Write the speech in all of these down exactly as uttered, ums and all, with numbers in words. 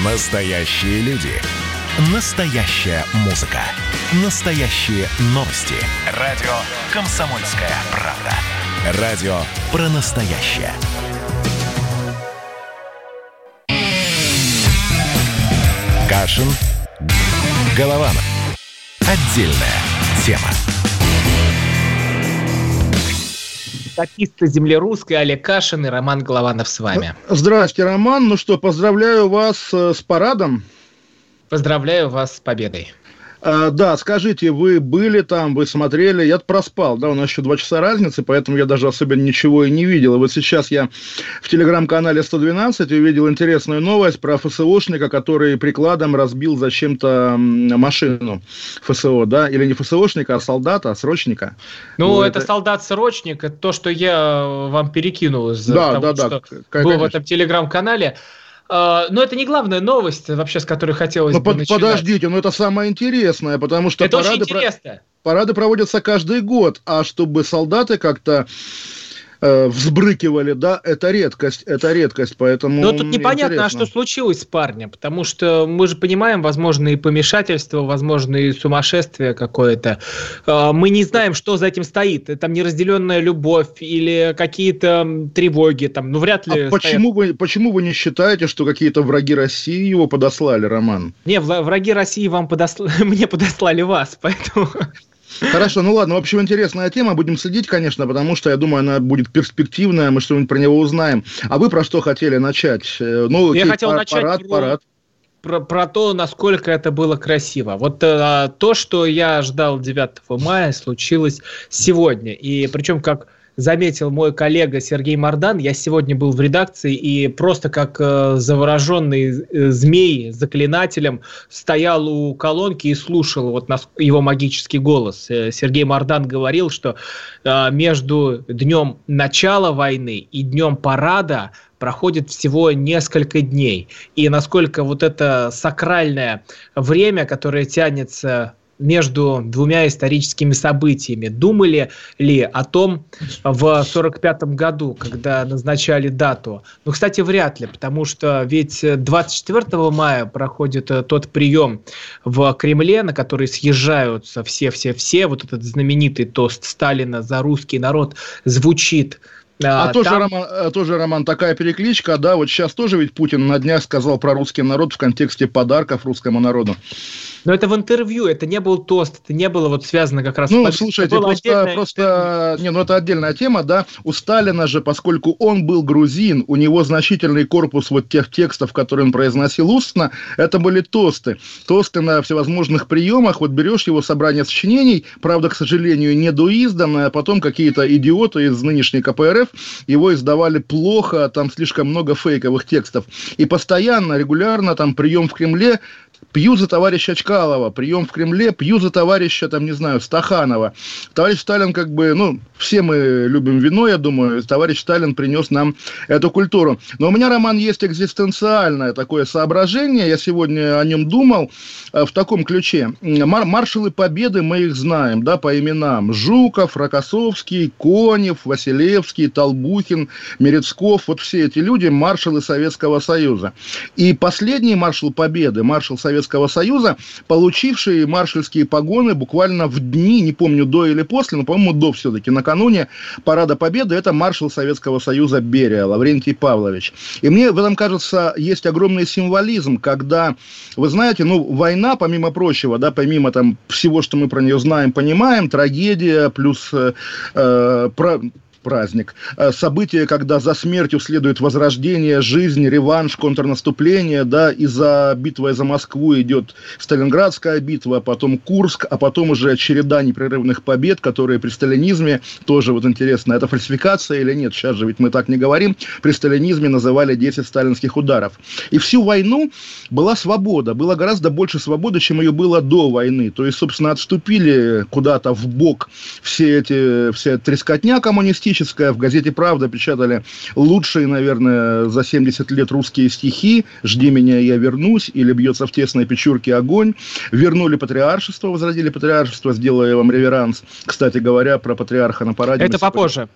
Настоящие люди. Настоящая музыка. Настоящие новости. Радио «Комсомольская правда». Радио про настоящее. Кашин. Голованов. Отдельная тема. Статисты «Земли русской» Олег Кашин и Роман Голованов с вами. Здрасте, Роман. Ну что, поздравляю вас с парадом. Поздравляю вас с победой. А, да, скажите, вы были там, вы смотрели? Я проспал, да, у нас еще два часа разницы, поэтому я даже особенно ничего и не видел. И вот сейчас я в телеграм-канале сто двенадцать увидел интересную новость про ФСОшника, который прикладом разбил зачем-то машину ФСО, да, или не ФСОшника, а солдата, срочника. Ну, вот это, это солдат-срочник, это то, что я вам перекинул из-за да, того, да, что да, был конечно. в этом телеграм-канале. Но это не главная новость, вообще, с которой хотелось но бы под, начинать. Подождите, но это самое интересное, потому что это парады, очень интересно. Про... парады проводятся каждый год, а чтобы солдаты как-то э, взбрыкивали, да, это редкость, это редкость, поэтому... Но тут непонятно, интересно. А что случилось с парнем, потому что мы же понимаем, возможно, и помешательство, возможно, и сумасшествие какое-то. Мы не знаем, что за этим стоит. Там неразделенная любовь или какие-то тревоги, там, ну, вряд ли... А почему вы, почему вы не считаете, что какие-то враги России его подослали, Роман? Не, враги России вам подослали, мне подослали вас, поэтому... Хорошо, ну ладно, в общем, интересная тема, будем следить, конечно, потому что, я думаю, она будет перспективная, мы что-нибудь про него узнаем. А вы про что хотели начать? Ну, я окей, хотел пар- начать парад, про, парад. Про, про то, насколько это было красиво. Вот а, то, что я ждал девятого мая, случилось сегодня, и причем как... заметил мой коллега Сергей Мардан, я сегодня был в редакции и просто как э, завороженный э, змей, заклинателем, стоял у колонки и слушал вот нас, его магический голос. Э, Сергей Мардан говорил, что э, между днем начала войны и днем парада проходит всего несколько дней. И насколько вот это сакральное время, которое тянется между двумя историческими событиями. Думали ли о том в сорок пятом году, когда назначали дату? Ну, кстати, вряд ли, потому что ведь двадцать четвёртого мая проходит тот прием в Кремле, на который съезжаются все-все-все. Вот этот знаменитый тост Сталина за русский народ звучит. А, а тоже, там... Роман, тоже, Роман, такая перекличка, да, вот сейчас тоже ведь Путин на днях сказал про русский народ в контексте подарков русскому народу. Но это в интервью, это не был тост, это не было вот связано как раз... Ну, с... слушайте, просто, просто... Не, ну это отдельная тема, да. У Сталина же, поскольку он был грузин, у него значительный корпус вот тех текстов, которые он произносил устно, это были тосты. Тосты на всевозможных приемах, вот берешь его собрание сочинений, правда, к сожалению, не доизданное, а потом какие-то идиоты из нынешней ка пэ эр эф его издавали плохо, там слишком много фейковых текстов. И постоянно, регулярно там прием в Кремле, пью за товарища Чкалова, прием в Кремле, пью за товарища, там, не знаю, Стаханова. Товарищ Сталин, как бы, ну, все мы любим вино, я думаю, товарищ Сталин принес нам эту культуру. Но у меня, Роман, есть экзистенциальное такое соображение, я сегодня о нем думал э, в таком ключе. Мар- маршалы Победы мы их знаем, да, по именам. Жуков, Рокоссовский, Конев, Василевский, Толбухин, Мерецков, вот все эти люди маршалы Советского Союза. И последний маршал Победы, маршал Советского Союза, получивший маршальские погоны буквально в дни, не помню, до или после, но, по-моему, до все-таки, накануне Парада Победы, это маршал Советского Союза Берия, Лаврентий Павлович. И мне в этом, кажется, есть огромный символизм, когда, вы знаете, ну, война, помимо прочего, да, помимо там всего, что мы про нее знаем, понимаем, трагедия, плюс э, э, про... праздник. Событие, когда за смертью следует возрождение, жизнь, реванш, контрнаступление, да, и за битвой за Москву идет Сталинградская битва, потом Курск, а потом уже череда непрерывных побед, которые при сталинизме, тоже вот интересно, это фальсификация или нет, сейчас же ведь мы так не говорим, при сталинизме называли десять сталинских ударов. И всю войну была свобода, было гораздо больше свободы, чем ее было до войны, то есть, собственно, отступили куда-то в бок все эти, вся трескотня коммунистическая. В газете «Правда» печатали лучшие, наверное, за семьдесят лет русские стихи «Жди меня, я вернусь» или «Бьется в тесной печурке огонь». Вернули патриаршество, возродили патриаршество, сделая вам реверанс. Кстати говоря, про патриарха на параде... Это попозже.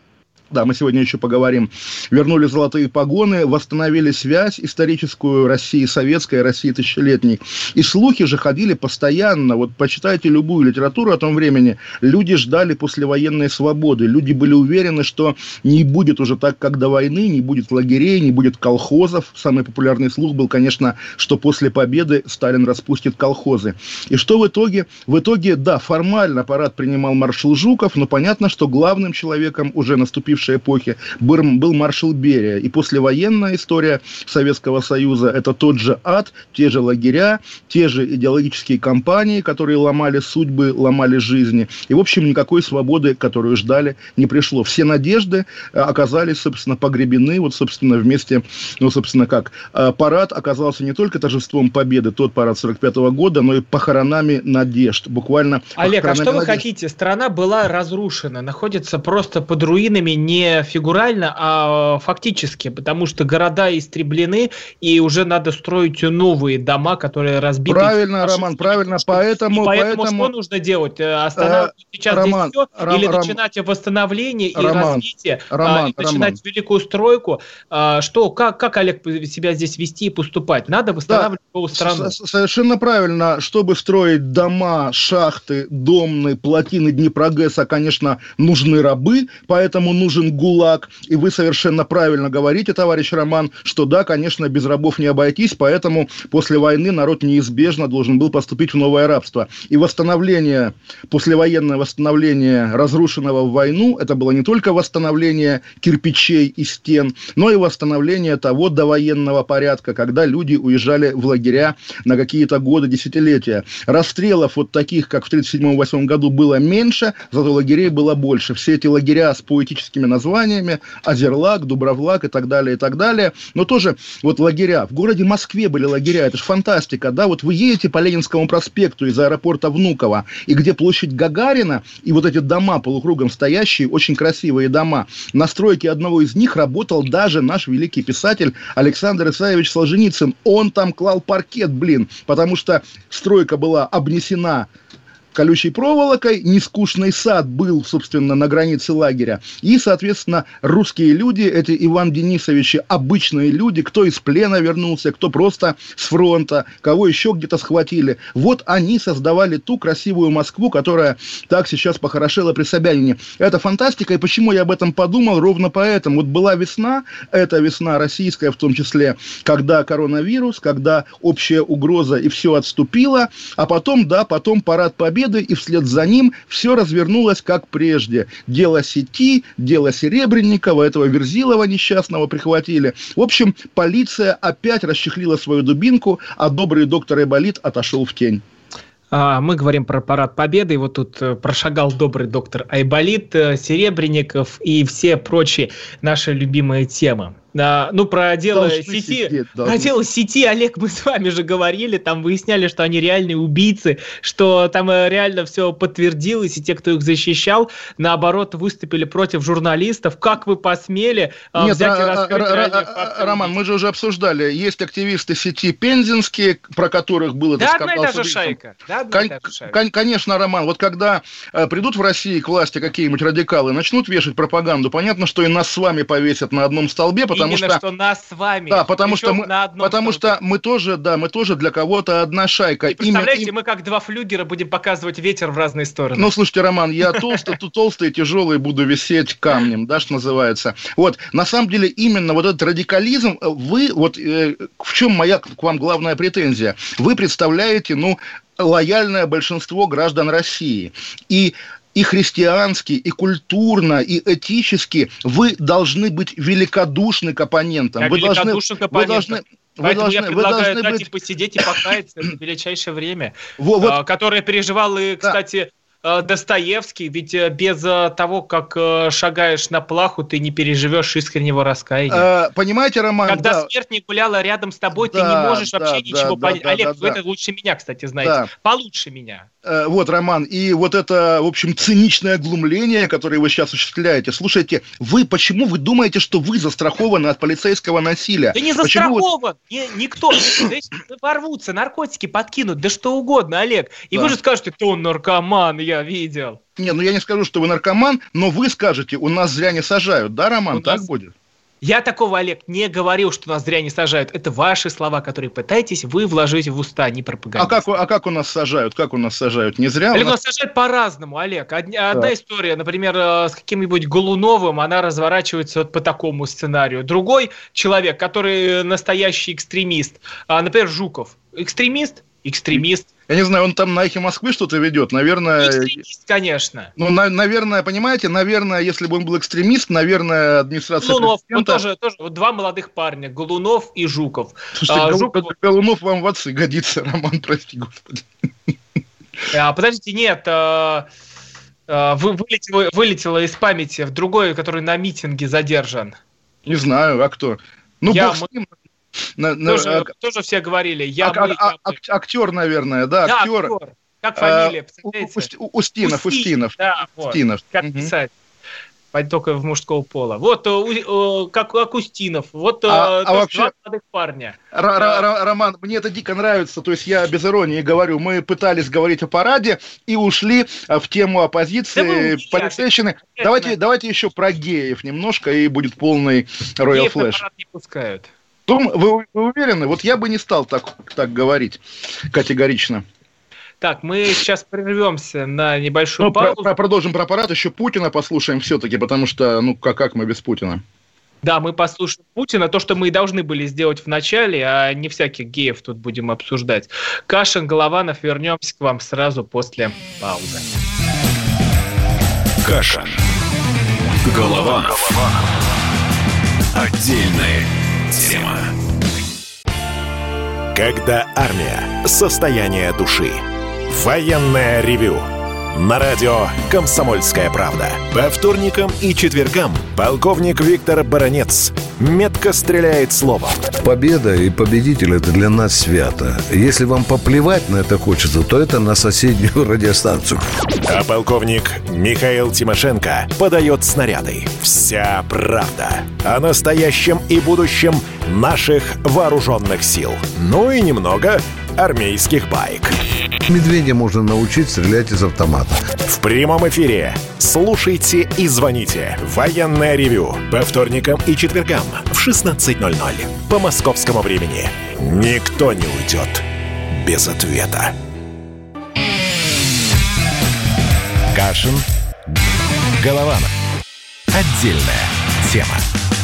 да, мы сегодня еще поговорим, вернули золотые погоны, восстановили связь историческую России советской, России тысячелетней. И слухи же ходили постоянно. Вот почитайте любую литературу о том времени. Люди ждали послевоенной свободы. Люди были уверены, что не будет уже так, как до войны, не будет лагерей, не будет колхозов. Самый популярный слух был, конечно, что после победы Сталин распустит колхозы. И что в итоге? В итоге, да, формально парад принимал маршал Жуков, но понятно, что главным человеком уже наступившей эпохи был маршал Берия. И послевоенная история Советского Союза – это тот же ад, те же лагеря, те же идеологические кампании, которые ломали судьбы, ломали жизни. И, в общем, никакой свободы, которую ждали, не пришло. Все надежды оказались, собственно, погребены, вот, собственно, вместе, ну, собственно, как. Парад оказался не только торжеством победы, тот парад сорок пятого года, но и похоронами надежд. Буквально. Олег, а что вы хотите? Страна была разрушена, находится просто под руинами, не фигурально, а фактически, потому что города истреблены, и уже надо строить новые дома, которые разбиты. Правильно, Роман, правильно, поэтому... И поэтому, поэтому что нужно делать? Останавливать а, сейчас Роман, здесь все? Ром, или Ром, начинать восстановление и Роман, развитие, Роман, а, и начинать Роман. великую стройку? А, что, как, как, Олег, себя здесь вести и поступать? Надо восстанавливать да, страну. С- совершенно правильно. Чтобы строить дома, шахты, домны, плотины Днепрогэса, конечно, нужны рабы, поэтому нужен ГУЛАГ, и вы совершенно правильно говорите, товарищ Роман, что да, конечно, без рабов не обойтись, поэтому после войны народ неизбежно должен был поступить в новое рабство. И восстановление, послевоенное восстановление разрушенного в войну, это было не только восстановление кирпичей и стен, но и восстановление того довоенного порядка, когда люди уезжали в лагеря на какие-то годы, десятилетия. Расстрелов вот таких, как в тридцать седьмом — восьмом году, было меньше, зато лагерей было больше. Все эти лагеря с поэтическими названиями, Озерлаг, Дубровлаг и так далее, и так далее. Но тоже вот лагеря. В городе Москве были лагеря, это же фантастика, да? Вот вы едете по Ленинскому проспекту из аэропорта Внуково, и где площадь Гагарина, и вот эти дома полукругом стоящие, очень красивые дома. На стройке одного из них работал даже наш великий писатель Александр Исаевич Солженицын. Он там клал паркет, блин, потому что стройка была обнесена колючей проволокой, нескучный сад был, собственно, на границе лагеря. И, соответственно, русские люди, эти Иван Денисовичи, обычные люди, кто из плена вернулся, кто просто с фронта, кого еще где-то схватили. Вот они создавали ту красивую Москву, которая так сейчас похорошела при Собянине. Это фантастика, и почему я об этом подумал? Ровно поэтому. Вот была весна, эта весна российская в том числе, когда коронавирус, когда общая угроза и все отступило, а потом, да, потом парад Победы, и вслед за ним все развернулось как прежде. Дело Сети, дело Серебренникова, этого Верзилова несчастного прихватили. В общем, полиция опять расчехлила свою дубинку, а добрый доктор Айболит отошел в тень. Мы говорим про парад Победы, и вот тут прошагал добрый доктор Айболит, Серебренников и все прочие наши любимые темы. А, ну, про дело сети, сидеть, про дело сети, Олег, мы с вами же говорили, там выясняли, что они реальные убийцы, что там реально все подтвердилось, и те, кто их защищал, наоборот, выступили против журналистов. Как вы посмели а, Нет, взять а, и раскрыть а, реальные а, факты? Роман, мы же уже обсуждали, есть активисты сети пензенские, про которых было... Да, одна и та же шайка. Да, одна и та же шайка. Конечно, Роман, вот когда а, придут в России к власти какие-нибудь радикалы, начнут вешать пропаганду, понятно, что и нас с вами повесят на одном столбе, потому Именно, что... что нас с вами. Да, потому что мы, потому что мы тоже, да, мы тоже для кого-то одна шайка. И представляете, Имя... мы как два флюгера будем показывать ветер в разные стороны. Ну, слушайте, Роман, я толстый, толстый и тяжелый буду висеть камнем, да, что называется. Вот, на самом деле, именно вот этот радикализм, вы, вот, э, в чем моя к вам главная претензия? Вы представляете, ну, лояльное большинство граждан России. И и христиански, и культурно, и этически вы должны быть великодушны к оппонентам. Я вы должны, к оппонентам. Вы должны, вы я должны, предлагаю вы дать быть... им посидеть и покаяться в величайшее время, вот, вот. которое переживал и, кстати... Да. Достоевский, ведь без того, как шагаешь на плаху, ты не переживешь искреннего раскаяния. Э, понимаете, Роман? Когда да. смерть не гуляла рядом с тобой, да, ты не можешь да, вообще да, ничего да, понять. да, Олег, да, вы да. это лучше меня, кстати, знаете. Да. Получше меня. Э, вот, Роман, и вот это, в общем, циничное глумление, которое вы сейчас осуществляете. Слушайте, вы почему вы думаете, что вы застрахованы от полицейского насилия? Да не почему застрахован! Вы... Не, никто. Ворвутся, наркотики подкинут, да что угодно, Олег. И да. Вы же скажете, кто он наркоман, я видел. Не, ну я не скажу, что вы наркоман, но вы скажете, у нас зря не сажают. Да, Роман, у так нас... будет? Я такого, Олег, не говорил, что нас зря не сажают. Это ваши слова, которые пытаетесь вы вложить в уста, не пропагандист. А как, а как у нас сажают? Как у нас сажают? Не зря? Олег, у нас... нас сажают по-разному, Олег. Одна, одна история, например, с каким-нибудь Голуновым, она разворачивается вот по такому сценарию. Другой человек, который настоящий экстремист, например, Жуков. Экстремист? Экстремист. Я не знаю, он там на «Эхе Москвы» что-то ведет, наверное... Экстремист, конечно. Ну, на, наверное, понимаете, наверное, если бы он был экстремист, наверное, администрация Голунов, президента... ну, тоже, тоже, вот два молодых парня, Голунов и Жуков. Слушайте, а, Гол... Жуков... Голунов вам в отцы годится, Роман, прости, господи. А, подождите, нет, а, а, вы, вылетело, вылетело из памяти в другой, который на митинге задержан. Не знаю, а кто? Ну, Я, бог с ним... На, на, тоже, а, тоже все говорили. Я а, мы, а, я актер, наверное, да, да актер. актер. Как фамилия, представляете? У, у, Устинов, Устинов. Да, вот. Устинов. Как угу. писать? Только в мужского пола. Вот, у, как, как Устинов. Вот а, а вообще, два молодых парня. Р- р- Роман, мне это дико нравится. То есть я без иронии говорю. Мы пытались говорить о параде и ушли в тему оппозиции, да полицейщины. Давайте, давайте еще про геев немножко, и будет полный Royal Flash. Парад не пускают. Вы, вы уверены? Вот я бы не стал так, так говорить категорично. Так, мы сейчас прервемся на небольшую ну, паузу. Про, про, продолжим про аппарат, еще Путина послушаем все-таки, потому что, ну, как, как мы без Путина? Да, мы послушаем Путина, то, что мы и должны были сделать в начале, а не всяких геев тут будем обсуждать. Кашин, Голованов, вернемся к вам сразу после паузы. Кашин, Голованов. Отдельная тема. Когда армия. Состояние души. Военное ревю. На радио «Комсомольская правда». По вторникам и четвергам полковник Виктор Баранец метко стреляет словом. Победа и победитель – это для нас свято. Если вам поплевать на это хочется, то это на соседнюю радиостанцию. А полковник Михаил Тимошенко подает снаряды. Вся правда о настоящем и будущем наших вооруженных сил. Ну и немного армейских баек. Медведя можно научить стрелять из автомата. В прямом эфире слушайте и звоните. Военное ревю по вторникам и четвергам в шестнадцать ноль ноль по московскому времени. Никто не уйдет без ответа. Кашин, Голованов. Отдельная тема.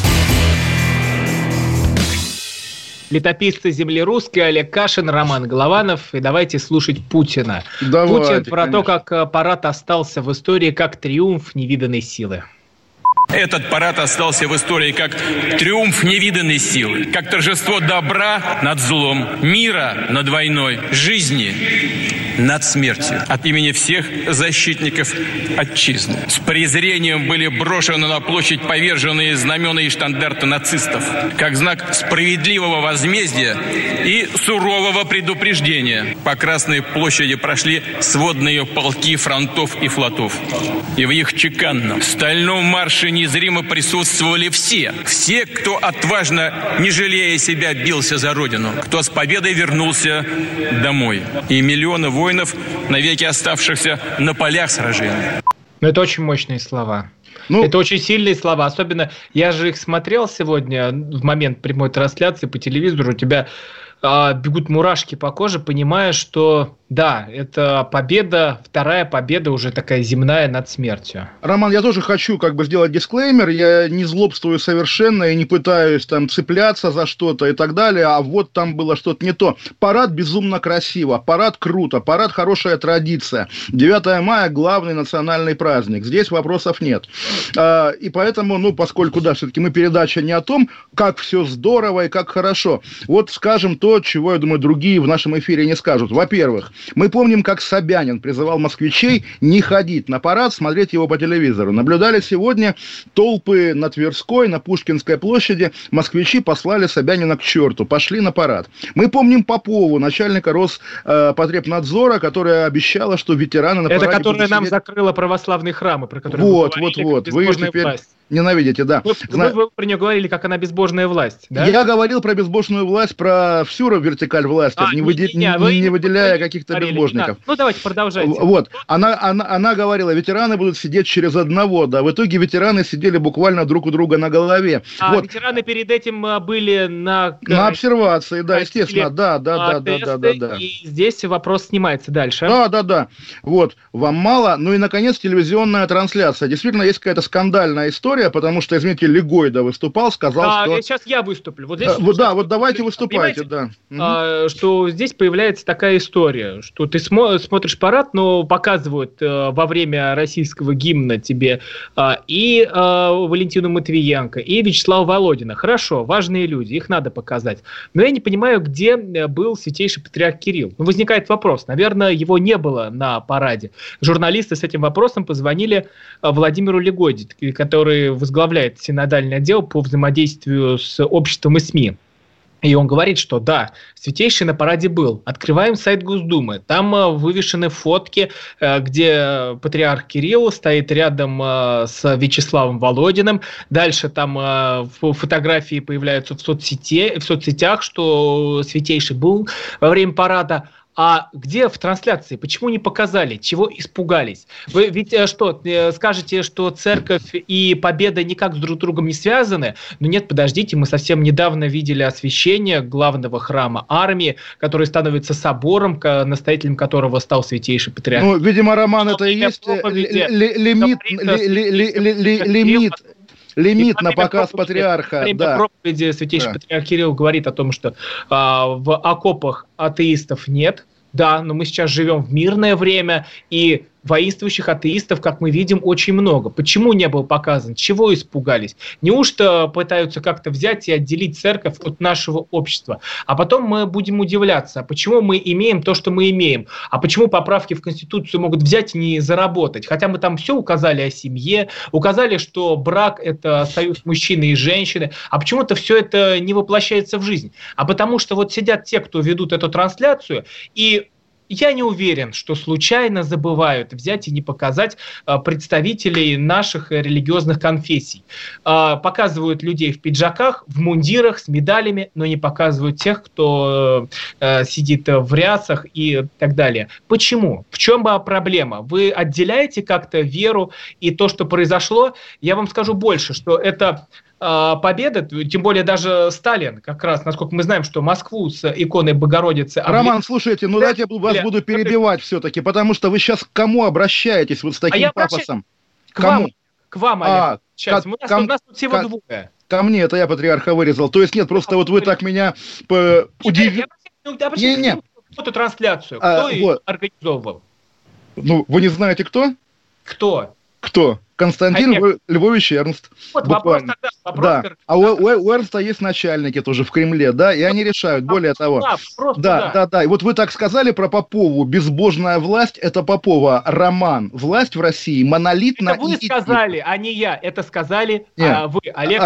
Летописцы земли русской, Олег Кашин, Роман Голованов. И давайте слушать Путина. Давайте, Путин про конечно. то, как аппарат остался в истории как триумф невиданной силы. Этот парад остался в истории как триумф невиданной силы, как торжество добра над злом, мира над войной, жизни над смертью. От имени всех защитников отчизны. С презрением были брошены на площадь поверженные знамена и штандарты нацистов, как знак справедливого возмездия и сурового предупреждения. По Красной площади прошли сводные полки фронтов и флотов. И в их чеканном стальном марше незримо присутствовали все. Все, кто отважно, не жалея себя, бился за Родину. Кто с победой вернулся домой. И миллионы воинов, навеки оставшихся на полях сражений. Ну, это очень мощные слова. Ну, это очень сильные слова. Особенно, я же их смотрел сегодня в момент прямой трансляции по телевизору. У тебя а, бегут мурашки по коже, понимая, что да, это победа, вторая победа уже такая земная над смертью. Роман, я тоже хочу как бы сделать дисклеймер. Я не злобствую совершенно и не пытаюсь там цепляться за что-то и так далее, а вот там было что-то не то. Парад безумно красиво, парад круто, парад хорошая традиция. девятое мая главный национальный праздник. Здесь вопросов нет. А, и поэтому, ну, поскольку, да, все-таки мы передача не о том, как все здорово и как хорошо. Вот скажем то, чего, я думаю, другие в нашем эфире не скажут. Во-первых, мы помним, как Собянин призывал москвичей не ходить на парад, смотреть его по телевизору. Наблюдали сегодня толпы на Тверской, на Пушкинской площади. Москвичи послали Собянина к черту, пошли на парад. Мы помним Попову, начальника Роспотребнадзора, которая обещала, что ветераны на Это параде... Это которая нам сидеть... закрыла православные храмы, про которые вот, мы говорили. Вот, вот, вот. Вы теперь... Ненавидите, да. Вы, Зна... вы про нее говорили, как она безбожная власть, да? Я говорил про безбожную власть, про всю вертикаль власти, а, не, выде... не, не, не выделяя каких-то говорили, безбожников. Ну, давайте продолжайте. Вот. Она, она, она говорила, ветераны будут сидеть через одного, да. В итоге ветераны сидели буквально друг у друга на голове. А вот. Ветераны перед этим были на... На обсервации, да, естественно, да, да, да, да, да, да, да. И здесь вопрос снимается дальше. Да, да, да. Вот. Вам мало. Ну и, наконец, телевизионная трансляция. Действительно, есть какая-то скандальная история, потому что, извините, Легойда выступал, сказал, а, что... Сейчас я выступлю. Вот здесь, а, да, вот давайте выступайте, да. А, что здесь появляется такая история, что ты смо- смотришь парад, но показывают а, во время российского гимна тебе а, и а, Валентину Матвиенко, и Вячеслава Володина. Хорошо, важные люди, их надо показать. Но я не понимаю, где был святейший патриарх Кирилл. Ну, возникает вопрос. Наверное, его не было на параде. Журналисты с этим вопросом позвонили Владимиру Легойде, который возглавляет синодальный отдел по взаимодействию с обществом и СМИ. И он говорит, что да, святейший на параде был. Открываем сайт Госдумы. Там э, вывешены фотки, э, где патриарх Кирилл стоит рядом э, с Вячеславом Володиным. Дальше там э, фотографии появляются в, соцсети, в соцсетях, что святейший был во время парада. А где в трансляции? Почему не показали? Чего испугались? Вы ведь что, скажете, что церковь и победа никак с друг другом не связаны? Но нет, подождите, мы совсем недавно видели освящение главного храма армии, который становится собором, настоятелем которого стал святейший патриарх. Ну, видимо, Роман, это и есть лимит... лимит. Лимит на показ патриарха. Во время да. проповеди святейший да. патриарх Кирилл говорит о том, что а, в окопах атеистов нет. Да, но мы сейчас живем в мирное время, и воинствующих атеистов, как мы видим, очень много. Почему не был показан? Чего испугались? Неужто пытаются как-то взять и отделить церковь от нашего общества? А потом мы будем удивляться, почему мы имеем то, что мы имеем? А почему поправки в Конституцию могут взять и не заработать? Хотя мы там все указали о семье, указали, что брак – это союз мужчины и женщины, а почему-то все это не воплощается в жизнь. А потому что вот сидят те, кто ведут эту трансляцию, и я не уверен, что случайно забывают взять и не показать а, представителей наших религиозных конфессий. А, показывают людей в пиджаках, в мундирах, с медалями, но не показывают тех, кто а, сидит в рясах и так далее. Почему? В чем проблема? Вы отделяете как-то веру и то, что произошло? Я вам скажу больше, что это... победа, тем более даже Сталин, как раз, насколько мы знаем, что Москву с иконой Богородицы... Роман, слушайте, ну дайте я вас буду перебивать все-таки, потому что вы сейчас к кому обращаетесь вот с таким а пафосом? К кому? вам, к вам, Олег. А, сейчас, к, у, нас, ко, у нас тут всего ко, двое. Ко мне, это я патриарха вырезал. То есть нет, просто вот вы так меня удивили. Не, не. Эту трансляцию кто а, ее вот. организовывал? Ну, вы не знаете, кто? Кто? Кто? Константин Олег. Львович Эрнст. Вот вопрос тогда. Вопрос да. Как... А у, у, у Эрнста есть начальники тоже в Кремле, да, и они решают, более того. Да, да, да, да, да. И вот вы так сказали про Попову, безбожная власть, это Попова, Роман. Власть в России монолитна. Это вы и... сказали, а не я. Это сказали а вы, Олег.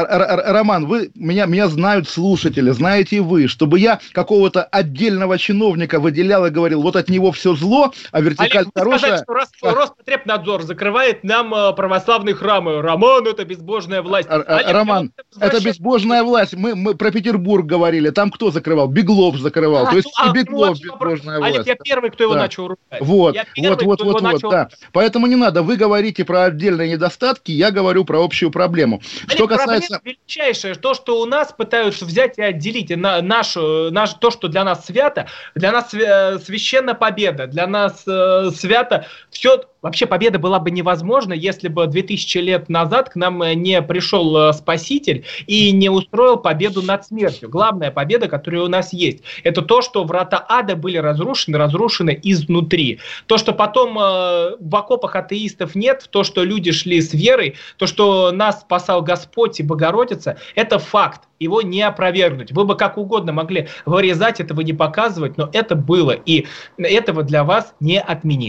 Роман, вы, меня, меня знают слушатели, знаете и вы, чтобы я какого-то отдельного чиновника выделял и говорил, вот от него все зло, а вертикаль Олег, хорошая. Сказать, что Рос, Роспотребнадзор закрывает нам православные храмы. Роман, это безбожная власть. А, Роман, это безбожная власть. Мы, мы про Петербург говорили. Там кто закрывал? Беглов закрывал. А, То есть а, и Беглов безбожная власть. Олег, я первый, кто его да. начал ругать. Вот, первый, вот, вот, вот, вот, да. Поэтому не надо. Вы говорите про отдельные недостатки, я говорю про общую проблему. Олег, что касается... Проблема величайшая. То, что у нас пытаются взять и отделить на, нашу, наш, то, что для нас свято, для нас священна победа, для нас э, свято все... Вообще победа была бы невозможна, если бы две тысячи лет назад к нам не пришел Спаситель и не устроил победу над смертью. Главная победа, которая у нас есть, это то, что врата ада были разрушены, разрушены изнутри. То, что потом э, в окопах атеистов нет, то, что люди шли с верой, то, что нас спасал Господь и Богородица, это факт. Его не опровергнуть. Вы бы как угодно могли вырезать, этого не показывать, но это было, и этого для вас не отменить.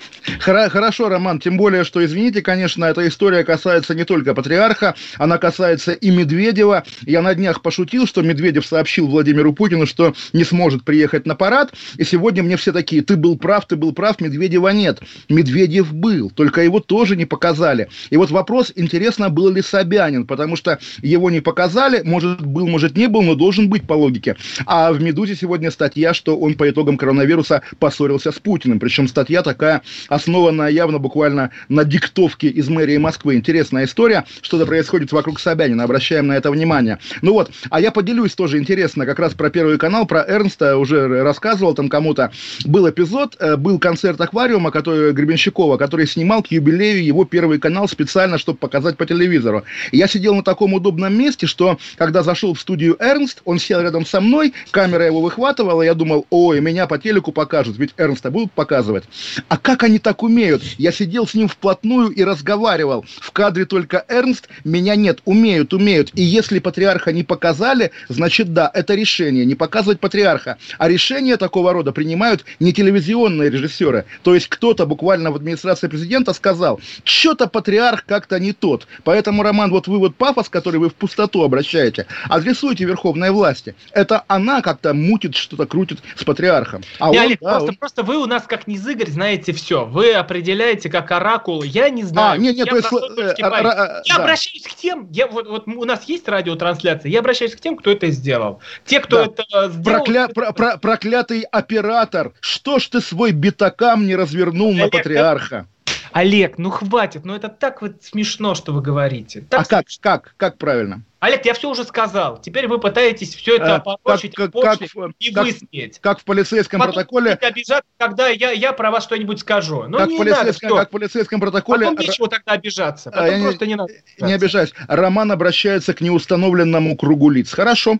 Хорошо, Роман, тем более, что, извините, конечно, эта история касается не только патриарха, она касается и Медведева. Я на днях пошутил, что Медведев сообщил Владимиру Путину, что не сможет приехать на парад, и сегодня мне все такие: ты был прав, ты был прав, Медведева нет. Медведев был, только его тоже не показали. И вот вопрос, интересно, был ли Собянин, потому что его не показали, может был, может не был, но должен быть по логике. А в «Медузе» сегодня статья, что он по итогам коронавируса поссорился с Путиным, причем статья такая, основанная явно буквально на диктовке из мэрии Москвы. Интересная история, что-то происходит вокруг Собянина, обращаем на это внимание. Ну вот, а я поделюсь тоже интересно, как раз про Первый канал, про Эрнста уже рассказывал там кому-то. Был эпизод, был концерт «Аквариума», который Гребенщикова, который снимал к юбилею его Первый канал специально, чтобы показать по телевизору. И я сидел на таком удобном месте, что когда зашел в студию Эрнст, он сел рядом со мной, камера его выхватывала, я думал: ой, меня по телеку покажут, ведь Эрнста будут показывать. А как они так умеют? Я сидел с ним вплотную и разговаривал. В кадре только Эрнст, меня нет. Умеют, умеют. И если патриарха не показали, значит, да, это решение, не показывать патриарха. А решения такого рода принимают не телевизионные режиссеры. То есть кто-то буквально в администрации президента сказал: что-то патриарх как-то не тот. Поэтому, Роман, вот вы вот пафос, который вы в пустоту обращаете, адресуйте верховной власти. Это она как-то мутит, что-то крутит с патриархом. А не, он, Олег, да, просто, он... просто вы у нас как Низыгорь знаете все. Вы определяете как оракул. Я не знаю. А, нет, нет, я то есть, э, а, а, я да. обращаюсь к тем, я, вот, вот у нас есть радиотрансляция, я обращаюсь к тем, кто это сделал. Те, кто да. это сделал... Прокля... Про, про, проклятый оператор, что ж ты свой битакам не развернул Олег, на патриарха? Олег, ну хватит, ну это так вот смешно, что вы говорите. Так а как, как, как правильно? Олег, я все уже сказал. Теперь вы пытаетесь все это опорочить, как, как, и как, высмеять. Как в полицейском потом протоколе... Потом обижаться, когда я, я про вас что-нибудь скажу. Ну, как, не в полицейском, надо, как в полицейском протоколе... Потом нечего тогда обижаться. Потом а, просто не, не надо обижаться. Не обижаюсь. Роман обращается к неустановленному кругу лиц. Хорошо.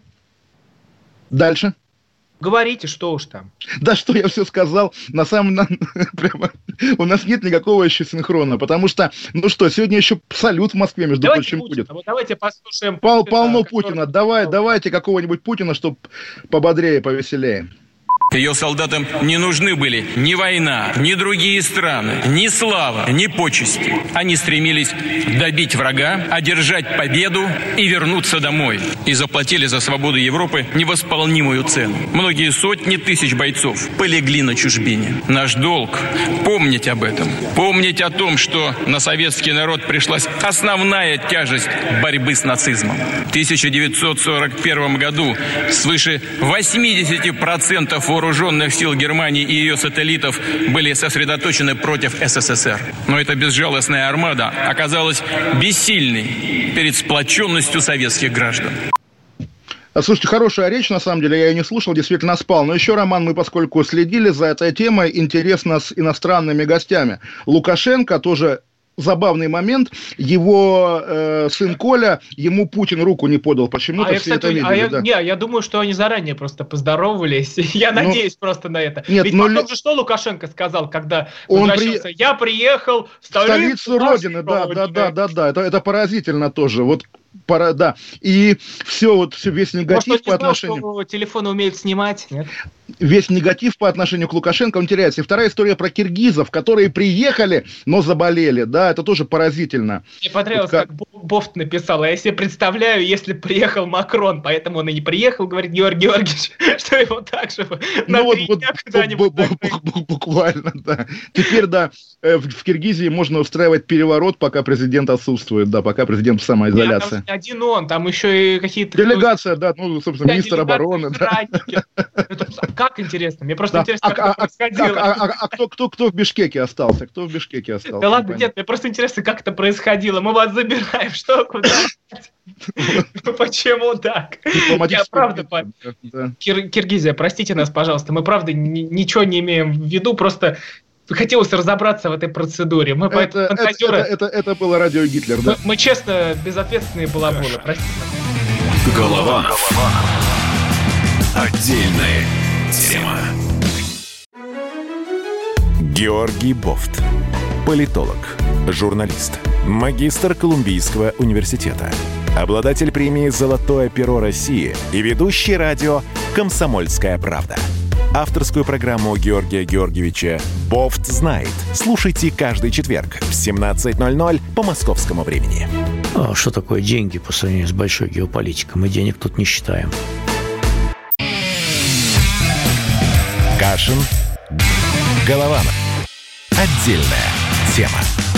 Дальше. Говорите, что уж там. Да что я все сказал. На самом деле, прямо, у нас нет никакого еще синхрона, потому что, ну что, сегодня еще салют в Москве, между давайте прочим, Путина. будет. Вот давайте послушаем Пол, Путина, полно который... Путина. Давай, давайте какого-нибудь Путина, чтобы пободрее, повеселее. Ее солдатам не нужны были ни война, ни другие страны, ни слава, ни почести. Они стремились добить врага, одержать победу и вернуться домой. И заплатили за свободу Европы невосполнимую цену. Многие сотни тысяч бойцов полегли на чужбине. Наш долг – помнить об этом. Помнить о том, что на советский народ пришлась основная тяжесть борьбы с нацизмом. В тысяча девятьсот сорок первом году свыше восемьдесят процентов вооруженных сил Германии и ее сателлитов были сосредоточены против СССР. Но эта безжалостная армада оказалась бессильной перед сплоченностью советских граждан. Слушайте, хорошая речь, на самом деле, я ее не слушал, действительно спал. Но еще, Роман, мы, поскольку следили за этой темой, интересно с иностранными гостями. Лукашенко тоже... Забавный момент, его э, сын Коля, ему Путин руку не подал, почему-то а все я, это кстати, видели. А я, да. не, я думаю, что они заранее просто поздоровались, я ну, надеюсь просто на это. Нет, Ведь но потом ли... же что Лукашенко сказал, когда он возвращался? При... Я приехал в столицу, столицу Родины, да, да, да, да, да, это, это поразительно тоже, вот. Пора, да. И все, вот, все, весь негатив Может, по знал, отношению... что телефоны умеют снимать, нет? Весь негатив по отношению к Лукашенко, он теряется. И вторая история про киргизов, которые приехали, но заболели, да, это тоже поразительно. Мне понравилось, вот как... как Бофт написал, а я себе представляю, если приехал Макрон, поэтому он и не приехал, говорит Георгий Георгиевич, что его так же на ну, три вот, дня куда-нибудь... Буквально, да. Теперь, да, в Киргизии можно устраивать переворот, пока президент отсутствует, да, пока президент в самоизоляции. Не один он, там еще и какие-то... Делегация, да, ну, собственно, да, министр обороны. Да. Это, как интересно? Мне просто да. интересно, как а, это происходило. А, а, а, а кто, кто, кто в Бишкеке остался? Кто в Бишкеке остался? Да ладно, нет, мне просто интересно, как это происходило. Мы вас забираем, что, куда? Почему так? Я правда... Киргизия, простите нас, пожалуйста, мы правда ничего не имеем в виду, просто... Хотелось разобраться в этой процедуре. Мы это, фантазеры... это, это, это, это было радио Гитлер, да? Мы, мы честно, безответственные балаболы, простите. Голова. Голова. Отдельная тема. Георгий Бофт. Политолог, журналист, магистр Колумбийского университета, обладатель премии «Золотое перо России» и ведущий радио «Комсомольская правда». Авторскую программу Георгия Георгиевича «Бофт знает». Слушайте каждый четверг в семнадцать ноль ноль по московскому времени. А что такое деньги по сравнению с большой геополитикой? Мы денег тут не считаем. Кашин, Голованов. Отдельная тема.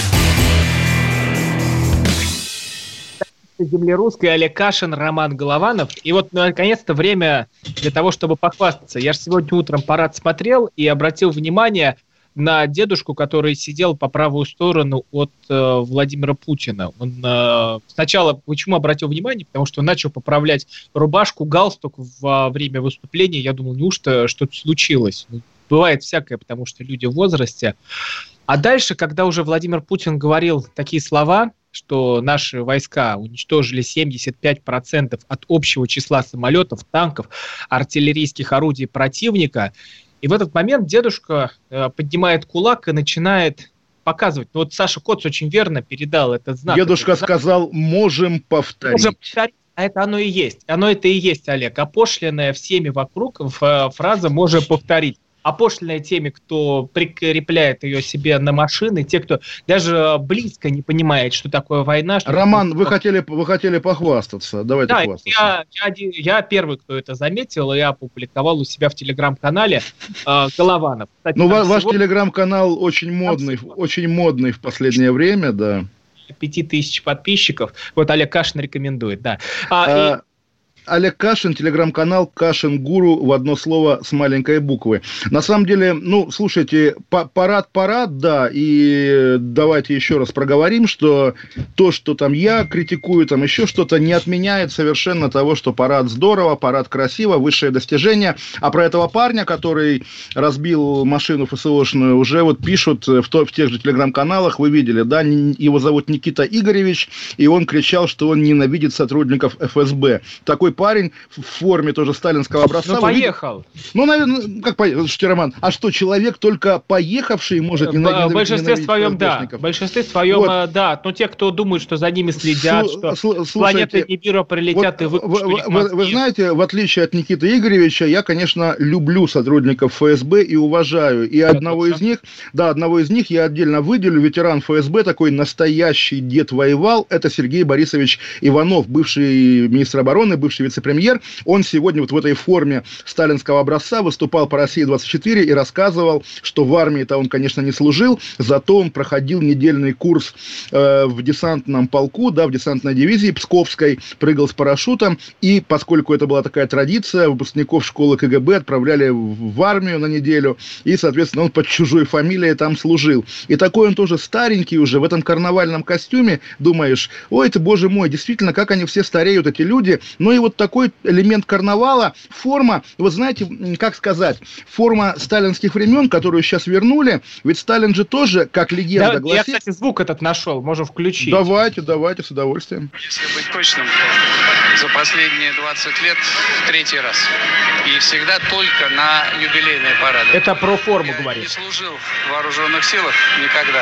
Земли русской, Олег Кашин, Роман Голованов. И вот, наконец-то, время для того, чтобы похвастаться. Я же сегодня утром парад смотрел и обратил внимание на дедушку, который сидел по правую сторону от э, Владимира Путина. Он э, сначала, почему обратил внимание? Потому что он начал поправлять рубашку, галстук во время выступления. Я думал, неужто что-то случилось? Ну, бывает всякое, потому что люди в возрасте. А дальше, когда уже Владимир Путин говорил такие слова, что наши войска уничтожили семьдесят пять процентов от общего числа самолетов, танков, артиллерийских орудий противника. И в этот момент дедушка э, поднимает кулак и начинает показывать. Ну, вот Саша Коц очень верно передал этот знак. Дедушка этот знак. сказал, можем повторить. Можем повторить. А это оно и есть. Оно это и есть, Олег. Опошленная всеми вокруг фраза «можем повторить». Опошленная теми, кто прикрепляет ее себе на машины, те, кто даже близко не понимает, что такое война. Что Роман, такое... вы, хотели, вы хотели похвастаться. Давайте да, хвастаться. Я, я, я первый, кто это заметил, и я опубликовал у себя в телеграм-канале э, Голованов. Кстати, ну, ваш всего... телеграм-канал очень модный, очень модный в последнее время, да. Пяти тысяч подписчиков. Вот Олег Кашин рекомендует, да. А, а... и... Олег Кашин, телеграм-канал Кашин Гуру в одно слово с маленькой буквы. На самом деле, ну, слушайте, парад-парад, да, и давайте еще раз проговорим, что то, что там я критикую, там еще что-то, не отменяет совершенно того, что парад здорово, парад красиво, высшее достижение. А про этого парня, который разбил машину ФСОшную, уже вот пишут в, то, в тех же телеграм-каналах, вы видели, да, его зовут Никита Игоревич, и он кричал, что он ненавидит сотрудников эф эс бэ. Такой парень в форме тоже сталинского образца. Ну, поехал. Ну, наверное, как поехал? Слушайте, Роман, а что, человек только поехавший может ненавидеть? В большинстве своем, да. В большинстве своем, вот. да. Но те, кто думают, что за ними следят, Слу- что слушайте, планеты Нибиру прилетят вот и выключат вы, вы, вы знаете, в отличие от Никиты Игоревича, я, конечно, люблю сотрудников эф эс бэ и уважаю. И это одного точно. из них, да, одного из них я отдельно выделю. Ветеран эф эс бэ, такой настоящий дед воевал. Это Сергей Борисович Иванов, бывший министр обороны, бывший вице-премьер. Он сегодня вот в этой форме сталинского образца выступал по России двадцать четыре и рассказывал, что в армии-то он, конечно, не служил, зато он проходил недельный курс э, в десантном полку, да, в десантной дивизии Псковской, прыгал с парашютом, и поскольку это была такая традиция, выпускников школы ка гэ бэ отправляли в, в армию на неделю, и, соответственно, он под чужой фамилией там служил. И такой он тоже старенький уже, в этом карнавальном костюме, думаешь, ой, ты, боже мой, действительно, как они все стареют, эти люди. Ну и вот такой элемент карнавала, форма, вот знаете, как сказать, форма сталинских времен, которую сейчас вернули, ведь Сталин же тоже, как легенда да, гласит... Я, кстати, звук этот нашел, можем включить. Давайте, давайте, с удовольствием. Если быть точным, за последние двадцать лет в третий раз. И всегда только на юбилейные парады. Это про форму говорит. Я не служил в вооруженных силах никогда.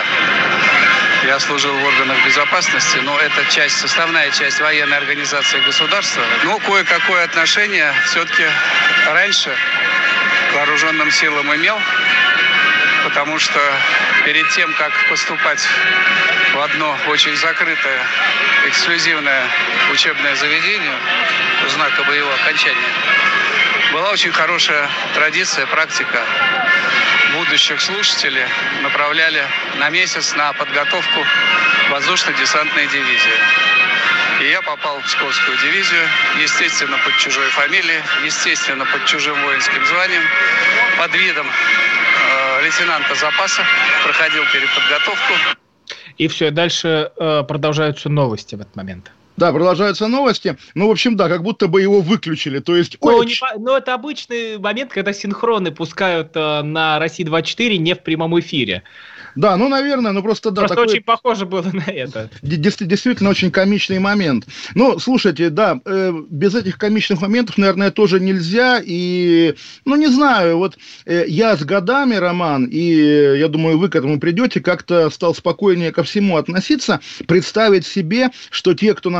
Я служил в органах безопасности, но это часть, составная часть военной организации государства. Но кое-какое отношение все-таки раньше к вооруженным силам имел, потому что перед тем, как поступать в одно очень закрытое, эксклюзивное учебное заведение, в знак об его окончании, была очень хорошая традиция, практика. Будущих слушателей направляли на месяц на подготовку воздушно-десантной дивизии. И я попал в Псковскую дивизию, естественно, под чужой фамилией, естественно, под чужим воинским званием, под видом э, лейтенанта запаса, проходил переподготовку. И все, дальше э, продолжаются новости в этот момент. Да, продолжаются новости. Ну, в общем, да, как будто бы его выключили. То есть... Ну, ой, не, ну это обычный момент, когда синхроны пускают э, на России двадцать четыре не в прямом эфире. Да, ну, наверное, ну просто да. Просто такой... очень похоже было на это. Действительно очень комичный момент. Ну, слушайте, да, э, без этих комичных моментов, наверное, тоже нельзя. И, ну, не знаю, вот э, я с годами, Роман, и э, я думаю, вы к этому придете, как-то стал спокойнее ко всему относиться, представить себе, что те, кто нам